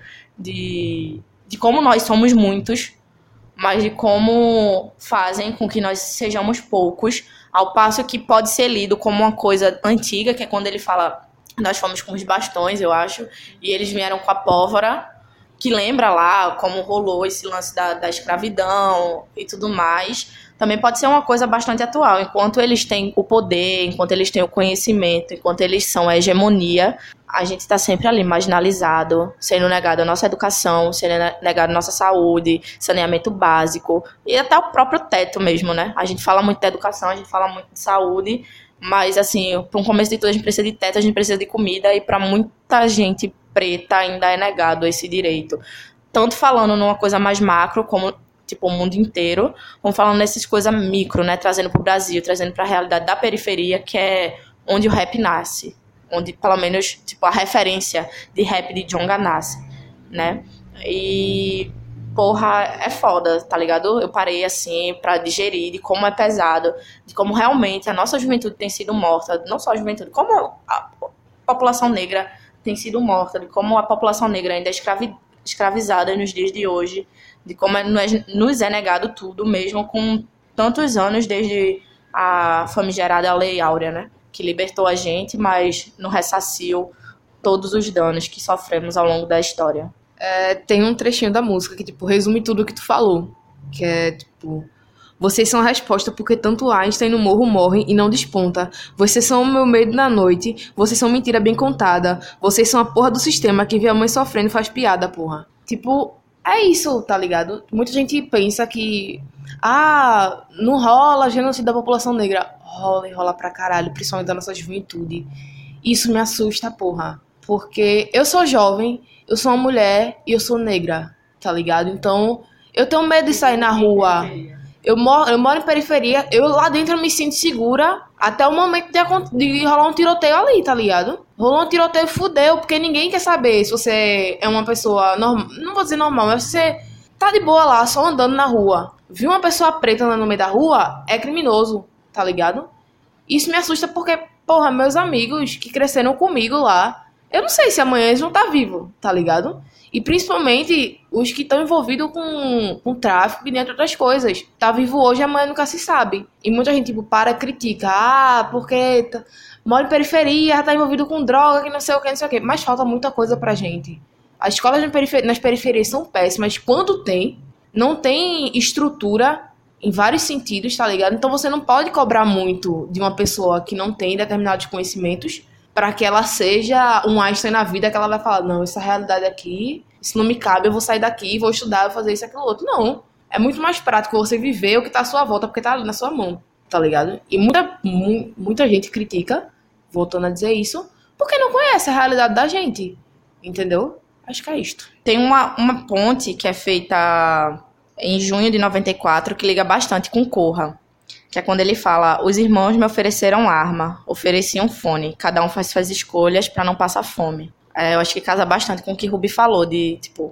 de como nós somos muitos, mas de como fazem com que nós sejamos poucos, ao passo que pode ser lido como uma coisa antiga, que é quando ele fala, nós fomos com os bastões, eu acho, e eles vieram com a pólvora, que lembra lá como rolou esse lance da escravidão e tudo mais. Também pode ser uma coisa bastante atual, enquanto eles têm o poder, enquanto eles têm o conhecimento, enquanto eles são a hegemonia, a gente está sempre ali marginalizado, sendo negado a nossa educação, sendo negado a nossa saúde, saneamento básico e até o próprio teto mesmo, né? A gente fala muito de educação, a gente fala muito de saúde, mas assim, para um começo de tudo a gente precisa de teto, a gente precisa de comida e para muita gente preta ainda é negado esse direito. Tanto falando numa coisa mais macro, como tipo o mundo inteiro, como falando nessas coisas micro, né? Trazendo para o Brasil, trazendo para a realidade da periferia, que é onde o rap nasce. Onde, pelo menos, tipo, a referência de rap de Djonga nasce, né? E, porra, é foda, tá ligado? Eu parei, assim, pra digerir de como é pesado, de como realmente a nossa juventude tem sido morta, não só a juventude, como a população negra tem sido morta, de como a população negra ainda é escravizada nos dias de hoje, de como nos é negado tudo, mesmo com tantos anos desde a famigerada Lei Áurea, né? Que libertou a gente, mas não ressarciu todos os danos que sofremos ao longo da história. Tem um trechinho da música que, tipo, resume tudo o que tu falou. Que é, tipo... Vocês são a resposta porque tanto Einstein no morro morre e não desponta. Vocês são o meu medo na noite. Vocês são mentira bem contada. Vocês são a porra do sistema que vê a mãe sofrendo e faz piada, porra. Tipo, é isso, tá ligado? Muita gente pensa que, não rola genocídio da população negra. Rola e rola pra caralho, principalmente da nossa juventude. Isso me assusta, porra. Porque eu sou jovem, eu sou uma mulher e eu sou negra, tá ligado? Então, eu tenho medo de sair na rua. Eu moro em periferia, eu lá dentro eu me sinto segura até o momento de rolar um tiroteio ali, tá ligado? Rolou um tiroteio, fudeu, porque ninguém quer saber se você é uma pessoa normal, não vou dizer normal, mas se você tá de boa lá, só andando na rua. Viu uma pessoa preta andando no meio da rua, é criminoso, tá ligado? Isso me assusta porque, porra, meus amigos que cresceram comigo lá, eu não sei se amanhã eles vão estar vivos, tá ligado? E principalmente os que estão envolvidos com tráfico e dentre outras coisas. Tá vivo hoje, amanhã nunca se sabe. E muita gente, tipo, critica. Porque mora em periferia, tá envolvido com droga, que não sei o que, não sei o que. Mas falta muita coisa pra gente. As escolas nas periferias são péssimas. Quando tem, não tem estrutura em vários sentidos, tá ligado? Então você não pode cobrar muito de uma pessoa que não tem determinados conhecimentos para que ela seja um Einstein na vida, que ela vai falar, não, essa realidade aqui, isso não me cabe, eu vou sair daqui, vou estudar, vou fazer isso, aquilo, outro. Não. É muito mais prático você viver o que tá à sua volta, porque tá ali na sua mão, tá ligado? E muita gente critica, voltando a dizer isso, porque não conhece a realidade da gente, entendeu? Acho que é isto. Tem uma ponte que é feita em junho de 94, que liga bastante com Corra. Que é quando ele fala, os irmãos me ofereceram arma, ofereciam fone, cada um faz suas escolhas pra não passar fome. Eu acho que casa bastante com o que Ruby falou, de, tipo,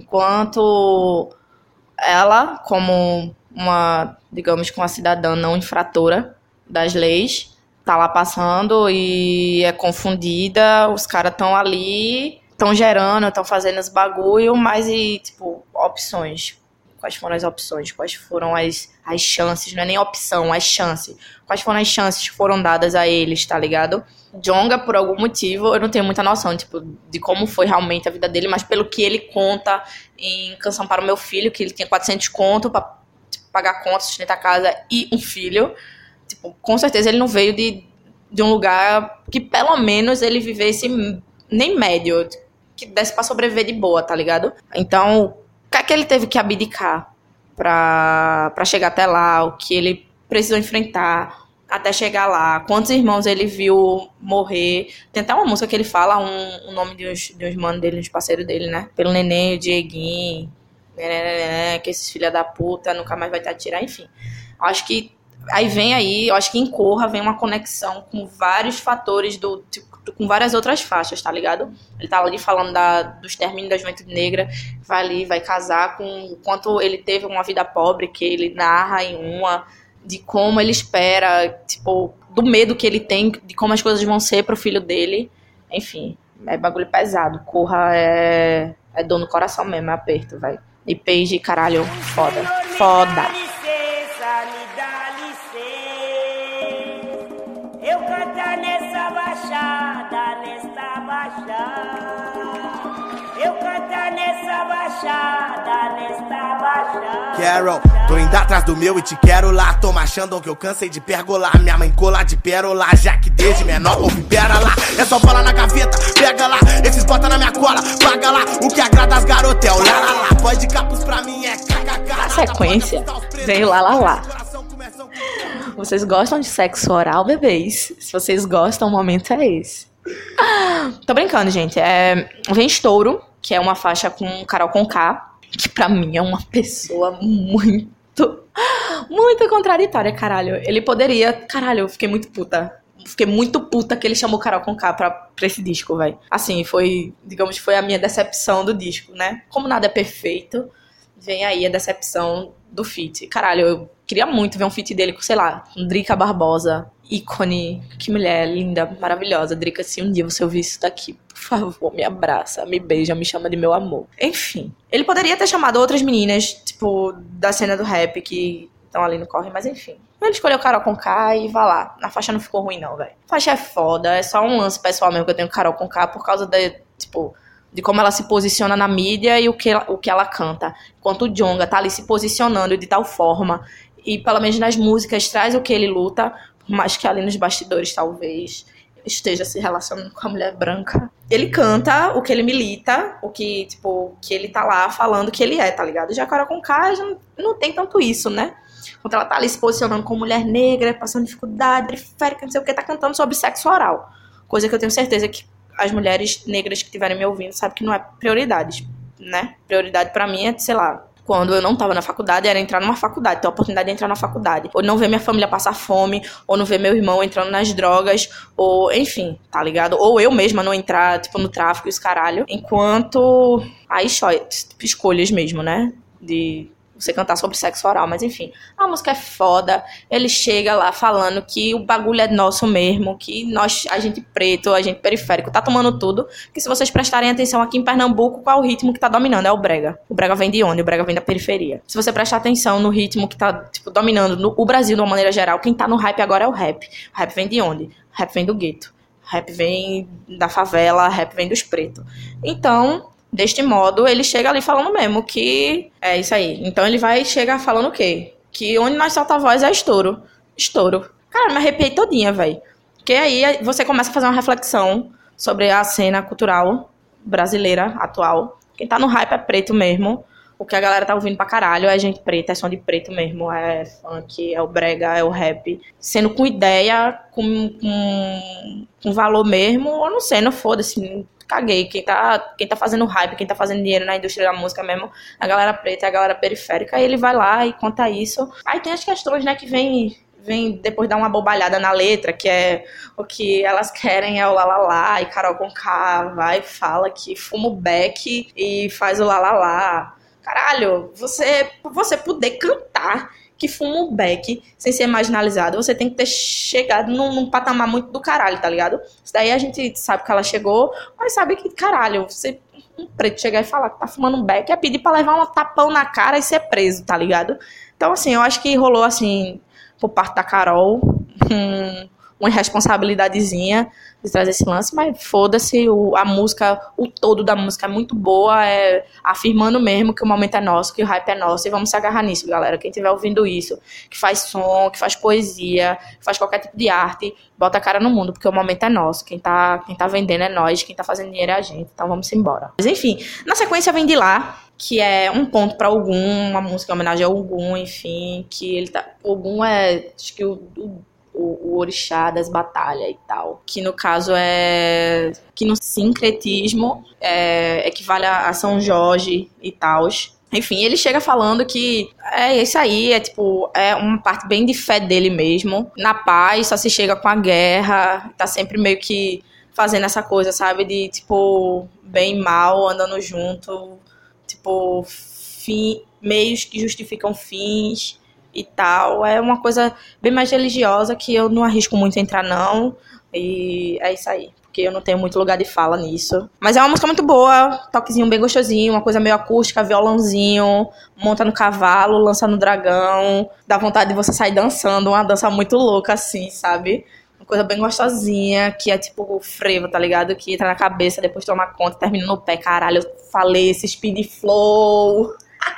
enquanto ela, como uma, digamos, uma cidadã não infratora das leis, tá lá passando e é confundida, os caras estão ali, estão gerando, estão fazendo os bagulho, mas e, tipo, opções. Quais foram as opções? Quais foram as chances? Não é nem opção, as chances. Quais foram as chances que foram dadas a eles, tá ligado? Djonga, por algum motivo, eu não tenho muita noção, tipo, de como foi realmente a vida dele, mas pelo que ele conta em Canção para o Meu Filho, que ele tinha 400 conto pra, tipo, pagar conta, sustentar a casa e um filho. Tipo, com certeza ele não veio de um lugar que pelo menos ele vivesse nem médio, que desse pra sobreviver de boa, tá ligado? Então, o que ele teve que abdicar pra chegar até lá, o que ele precisou enfrentar até chegar lá, quantos irmãos ele viu morrer. Tem até uma música que ele fala o nome de uns manos dele, uns parceiros dele, né? Pelo Neném, o Dieguinho, que esses filha da puta nunca mais vai te atirar, enfim. Eu acho que eu acho que em Corra vem uma conexão com vários fatores com várias outras faixas, tá ligado? Ele tá ali falando dos términos da juventude negra, vai ali, vai casar com o quanto ele teve uma vida pobre, que ele narra de como ele espera, tipo, do medo que ele tem, de como as coisas vão ser pro filho dele. Enfim, é bagulho pesado. Corra é dor no coração mesmo, é aperto, velho. E Paige, caralho, foda. Foda. Eu cantar nessa baixada, eu cantar nessa baixada. Carol, tô indo atrás do meu e te quero lá. Tô machando que eu cansei de pergolar. Minha mãe cola de pérola, já que desde menor ouve pera lá. É só bola na gaveta, pega lá. Esses bota na minha cola, paga lá. O que agrada as garotel, lá lá lá. Pode capuz pra mim é kkk. Na sequência, veio lá lá lá. Vocês gostam de sexo oral, bebês? Se vocês gostam, o momento é esse. Tô brincando, gente. Vem Estouro, que é uma faixa com Carol Conká, que pra mim é uma pessoa muito contraditória, caralho. Ele poderia... Caralho, eu fiquei muito puta. Fiquei muito puta que ele chamou Carol Conká pra esse disco, velho. Assim, foi a minha decepção do disco, né? Como nada é perfeito, vem aí a decepção do feat. Caralho, eu queria muito ver um feat dele com, sei lá, Drica Barbosa, ícone. Que mulher linda, maravilhosa. Drica, se um dia você ouvir isso daqui, por favor, me abraça, me beija, me chama de meu amor. Enfim, ele poderia ter chamado outras meninas, tipo, da cena do rap que estão ali no corre, mas enfim. Ele escolheu Carol Conká e vá lá. A faixa não ficou ruim não, velho. A faixa é foda, é só um lance pessoal mesmo que eu tenho com Carol Conká por causa de como ela se posiciona na mídia e o que ela canta. Enquanto o Djonga tá ali se posicionando de tal forma, e pelo menos nas músicas traz o que ele luta, por mais que ali nos bastidores talvez esteja se relacionando com a mulher branca, ele canta o que ele milita, o que, tipo, que ele tá lá falando que ele é, tá ligado? Já a Carol Conká já não tem tanto isso, né? Quando ela tá ali se posicionando como mulher negra, passando dificuldade, periférica, não sei o que, tá cantando sobre sexo oral. Coisa que eu tenho certeza que as mulheres negras que estiverem me ouvindo sabem que não é prioridade, né? Prioridade pra mim é, sei lá, quando eu não tava na faculdade, era entrar numa faculdade, ter a oportunidade de entrar na faculdade. Ou não ver minha família passar fome, ou não ver meu irmão entrando nas drogas, ou enfim, tá ligado? Ou eu mesma não entrar, tipo, no tráfico e os caralho. Enquanto... Aí, tipo, escolhas mesmo, né? De você cantar sobre sexo oral, mas enfim. A música é foda, ele chega lá falando que o bagulho é nosso mesmo, que nós, a gente preto, a gente periférico, tá tomando tudo, que se vocês prestarem atenção aqui em Pernambuco, qual é o ritmo que tá dominando? É o brega. O brega vem de onde? O brega vem da periferia. Se você prestar atenção no ritmo que tá, tipo, dominando o Brasil de uma maneira geral, quem tá no hype agora é o rap. O rap vem de onde? O rap vem do gueto. O rap vem da favela, o rap vem dos pretos. Então... Deste modo, ele chega ali falando mesmo que é isso aí. Então ele vai chegar falando o quê? Que onde nós solta a voz é estouro. Estouro. Cara, me arrepiei todinha, velho. Porque aí você começa a fazer uma reflexão sobre a cena cultural brasileira atual. Quem tá no hype é preto mesmo. O que a galera tá ouvindo pra caralho é gente preta, é som de preto mesmo. É funk, é o brega, é o rap. Sendo com ideia, com valor mesmo, ou não sendo, foda-se. Caguei, quem tá fazendo hype, quem tá fazendo dinheiro na indústria da música mesmo, a galera preta, a galera periférica, aí ele vai lá e conta isso. Aí tem as questões, né, que vem depois dar uma bobalhada na letra, que é o que elas querem é o lalala, e Carol Conká vai e fala que fuma o beck e faz o lalala. Caralho, você poder cantar que fuma o beck sem ser marginalizado, você tem que ter chegado num patamar muito do caralho, tá ligado? Isso daí a gente sabe que ela chegou, mas sabe que, caralho, você, um preto chegar e falar que tá fumando um beck é pedir pra levar um tapão na cara e ser preso, tá ligado? Então, assim, eu acho que rolou, assim, por parte da Carol, uma irresponsabilidadezinha de trazer esse lance, mas foda-se, a música, o todo da música é muito boa, é afirmando mesmo que o momento é nosso, que o hype é nosso, e vamos se agarrar nisso, galera. Quem estiver ouvindo isso, que faz som, que faz poesia, que faz qualquer tipo de arte, bota a cara no mundo, porque o momento é nosso, quem tá vendendo é nós, quem tá fazendo dinheiro é a gente, então vamos embora. Mas enfim, na sequência vem de lá, que é um ponto pra Ogum, uma música em homenagem a Ogum, enfim, que ele tá... Ogum é, acho que o orixá das batalhas e tal, que no caso é que no sincretismo equivale a São Jorge e tal. Enfim, ele chega falando que é isso aí, é tipo, é uma parte bem de fé dele mesmo. Na paz só se chega com a guerra, tá sempre meio que fazendo essa coisa, sabe, de tipo, bem e mal andando junto, tipo, meios que justificam fins e tal, é uma coisa bem mais religiosa que eu não arrisco muito entrar não, e é isso aí, porque eu não tenho muito lugar de fala nisso, mas é uma música muito boa, toquezinho bem gostosinho, uma coisa meio acústica, violãozinho, monta no cavalo, lança no dragão, dá vontade de você sair dançando, uma dança muito louca assim, sabe, uma coisa bem gostosinha, que é tipo o frevo, tá ligado, que entra na cabeça, depois toma conta, termina no pé, caralho, eu falei esse speed flow.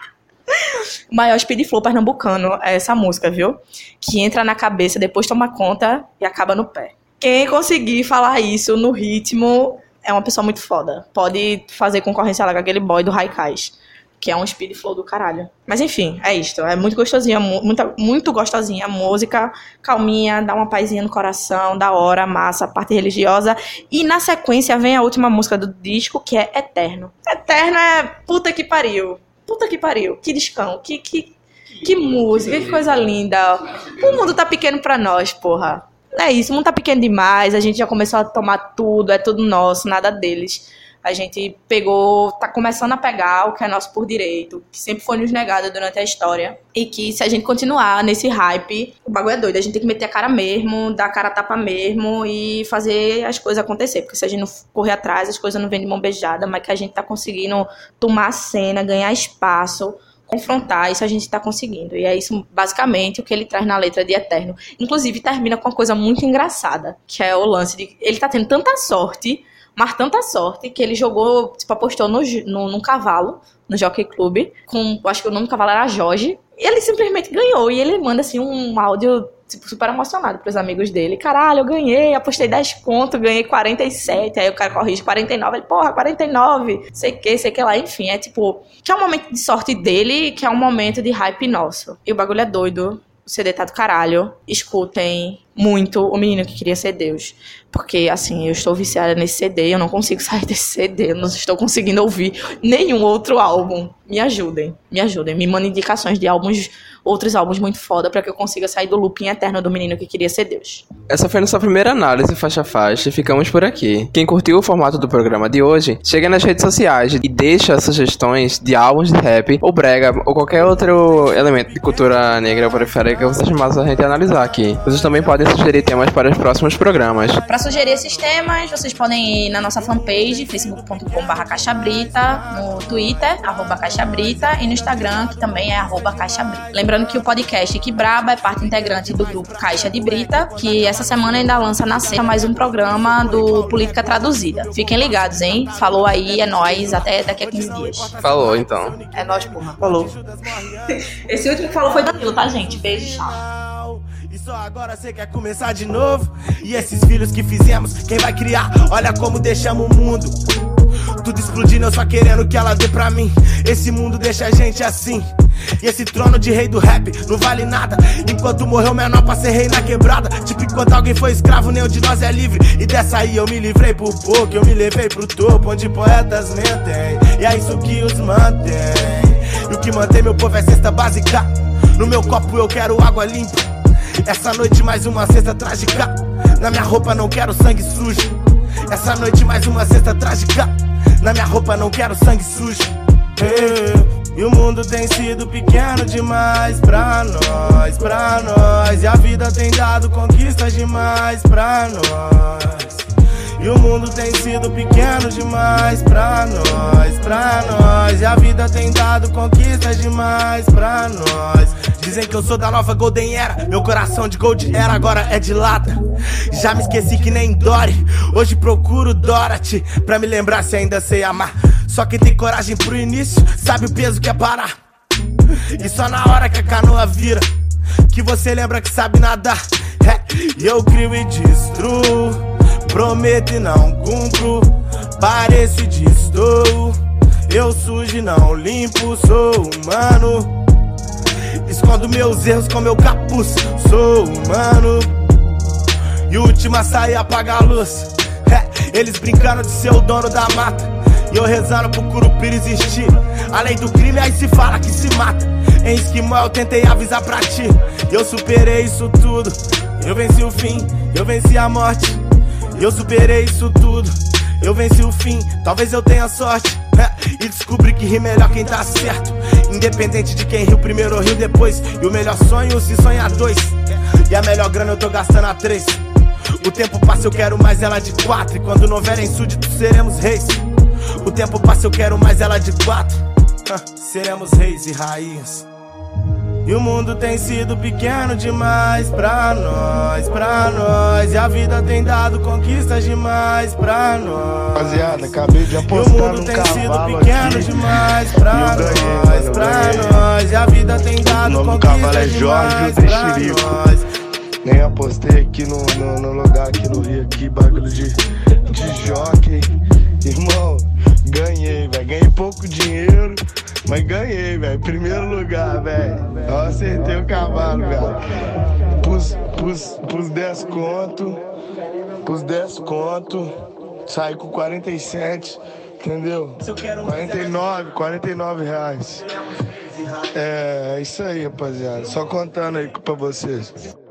O maior speed flow pernambucano é essa música, viu? Que entra na cabeça, depois toma conta e acaba no pé. Quem conseguir falar isso no ritmo é uma pessoa muito foda. Pode fazer concorrência lá com aquele boy do Haikais, que é um speed flow do caralho. Mas enfim, é isto. É muito gostosinha, muito gostosinha a música, calminha, dá uma pazinha no coração, da hora, massa, parte religiosa. E na sequência vem a última música do disco, que é Eterno. Eterno é puta que pariu. Puta que pariu, que discão, que música, que coisa linda. O mundo tá pequeno pra nós, porra. É isso, o mundo tá pequeno demais, a gente já começou a tomar tudo, é tudo nosso, nada deles. A gente pegou, tá começando a pegar o que é nosso por direito, que sempre foi nos negado durante a história. E que se a gente continuar nesse hype, o bagulho é doido, a gente tem que meter a cara mesmo, dar a cara a tapa mesmo e fazer as coisas acontecer. Porque se a gente não correr atrás, as coisas não vêm de mão beijada, mas que a gente tá conseguindo tomar a cena, ganhar espaço, confrontar, isso a gente tá conseguindo. E é isso, basicamente, o que ele traz na letra de Eterno. Inclusive, termina com uma coisa muito engraçada, que é o lance de... Ele tá tendo tanta sorte, mas tanta sorte, que ele jogou, tipo, apostou num cavalo, no Jockey Club, acho que o nome do cavalo era Jorge, e ele simplesmente ganhou. E ele manda, assim, um áudio tipo, super emocionado pros amigos dele. Caralho, eu ganhei, apostei 10 conto, ganhei 47. Aí o cara corrige 49. Ele, porra, 49. Sei que lá. Enfim, é tipo, que é um momento de sorte dele, que é um momento de hype nosso. E o bagulho é doido. O CD tá do caralho. Escutem muito O Menino que Queria Ser Deus. Porque, assim, eu estou viciada nesse CD. Eu não consigo sair desse CD. Eu não estou conseguindo ouvir nenhum outro álbum. Me ajudem. Me mandem indicações de outros álbuns muito foda pra que eu consiga sair do looping eterno do Menino que Queria Ser Deus. Essa foi nossa primeira análise faixa a faixa e ficamos por aqui. Quem curtiu o formato do programa de hoje, chega nas redes sociais e deixa sugestões de álbuns de rap ou brega ou qualquer outro elemento de cultura negra ou periférica que vocês chamam a gente analisar aqui. Vocês também podem sugerir temas para os próximos programas. Pra sugerir esses temas, vocês podem ir na nossa fanpage, facebook.com/caixabrita, no Twitter, @caixabrita, e no Instagram, que também é @caixabrita. Lembrando que o podcast Que Braba é parte integrante do grupo Caixa de Brita, que essa semana ainda lança na sexta mais um programa do Política Traduzida. Fiquem ligados, hein? Falou aí, é nóis, até daqui a 15 dias. Falou, então. É nóis, porra. Falou. Esse último que falou foi Danilo, tá, gente? Beijo, tchau. E só agora cê quer começar de novo. E esses filhos que fizemos, quem vai criar? Olha como deixamos o mundo tudo explodindo, eu só querendo que ela dê pra mim. Esse mundo deixa a gente assim. E esse trono de rei do rap não vale nada. Enquanto morreu menor pra ser rei na quebrada. Tipo, enquanto alguém foi escravo, nenhum de nós é livre. E dessa aí eu me livrei por pouco, eu me levei pro topo, onde poetas mentem. E é isso que os mantém. E o que mantém meu povo é cesta básica. No meu copo eu quero água limpa. Essa noite mais uma cesta trágica. Na minha roupa não quero sangue sujo. Essa noite mais uma cesta trágica. Na minha roupa não quero sangue sujo. E o mundo tem sido pequeno demais pra nós, pra nós. E a vida tem dado conquistas demais pra nós. E o mundo tem sido pequeno demais pra nós, pra nós. E a vida tem dado conquistas demais pra nós. Dizem que eu sou da nova Golden Era. Meu coração de Gold Era agora é de lata. Já me esqueci que nem Dory. Hoje procuro Dorothy pra me lembrar se ainda sei amar. Só quem tem coragem pro início sabe o peso que é parar. E só na hora que a canoa vira que você lembra que sabe nadar. E eu crio e destruo. Prometo e não cumpro, pareço e distou. Eu sujo e não limpo, sou humano. Escondo meus erros com meu capuz, sou humano. E o último a sair apaga a luz. Eles brincando de ser o dono da mata. E eu rezando pro Curupira existir. Além do crime aí se fala que se mata. Em Esquimó eu tentei avisar pra ti. E eu superei isso tudo. Eu venci o fim, eu venci a morte. Eu superei isso tudo, eu venci o fim, talvez eu tenha sorte. E descobri que ri melhor quem tá certo. Independente de quem riu primeiro ou riu depois. E o melhor sonho se sonha a 2. E a melhor grana eu tô gastando a 3. O tempo passa, eu quero mais ela de 4. E quando não houverem súditos, seremos reis. O tempo passa, eu quero mais ela de 4. Seremos reis e rainhas. E o mundo tem sido pequeno demais pra nós, pra nós. E a vida tem dado conquistas demais pra nós. Rapaziada, acabei de apostar num cavalo. E o mundo tem sido pequeno demais pra nós, pra nós. E a vida tem dado conquistas demais pra nós. Nem apostei aqui no lugar aqui no Rio, aqui, bagulho de jockey. Irmão, ganhei, velho. Ganhei pouco dinheiro, mas ganhei, velho. Primeiro lugar, velho. Eu acertei o cavalo, velho. Pus 10 conto. Pus 10 conto. Saí com 47, entendeu? 49 reais. É isso aí, rapaziada. Só contando aí pra vocês.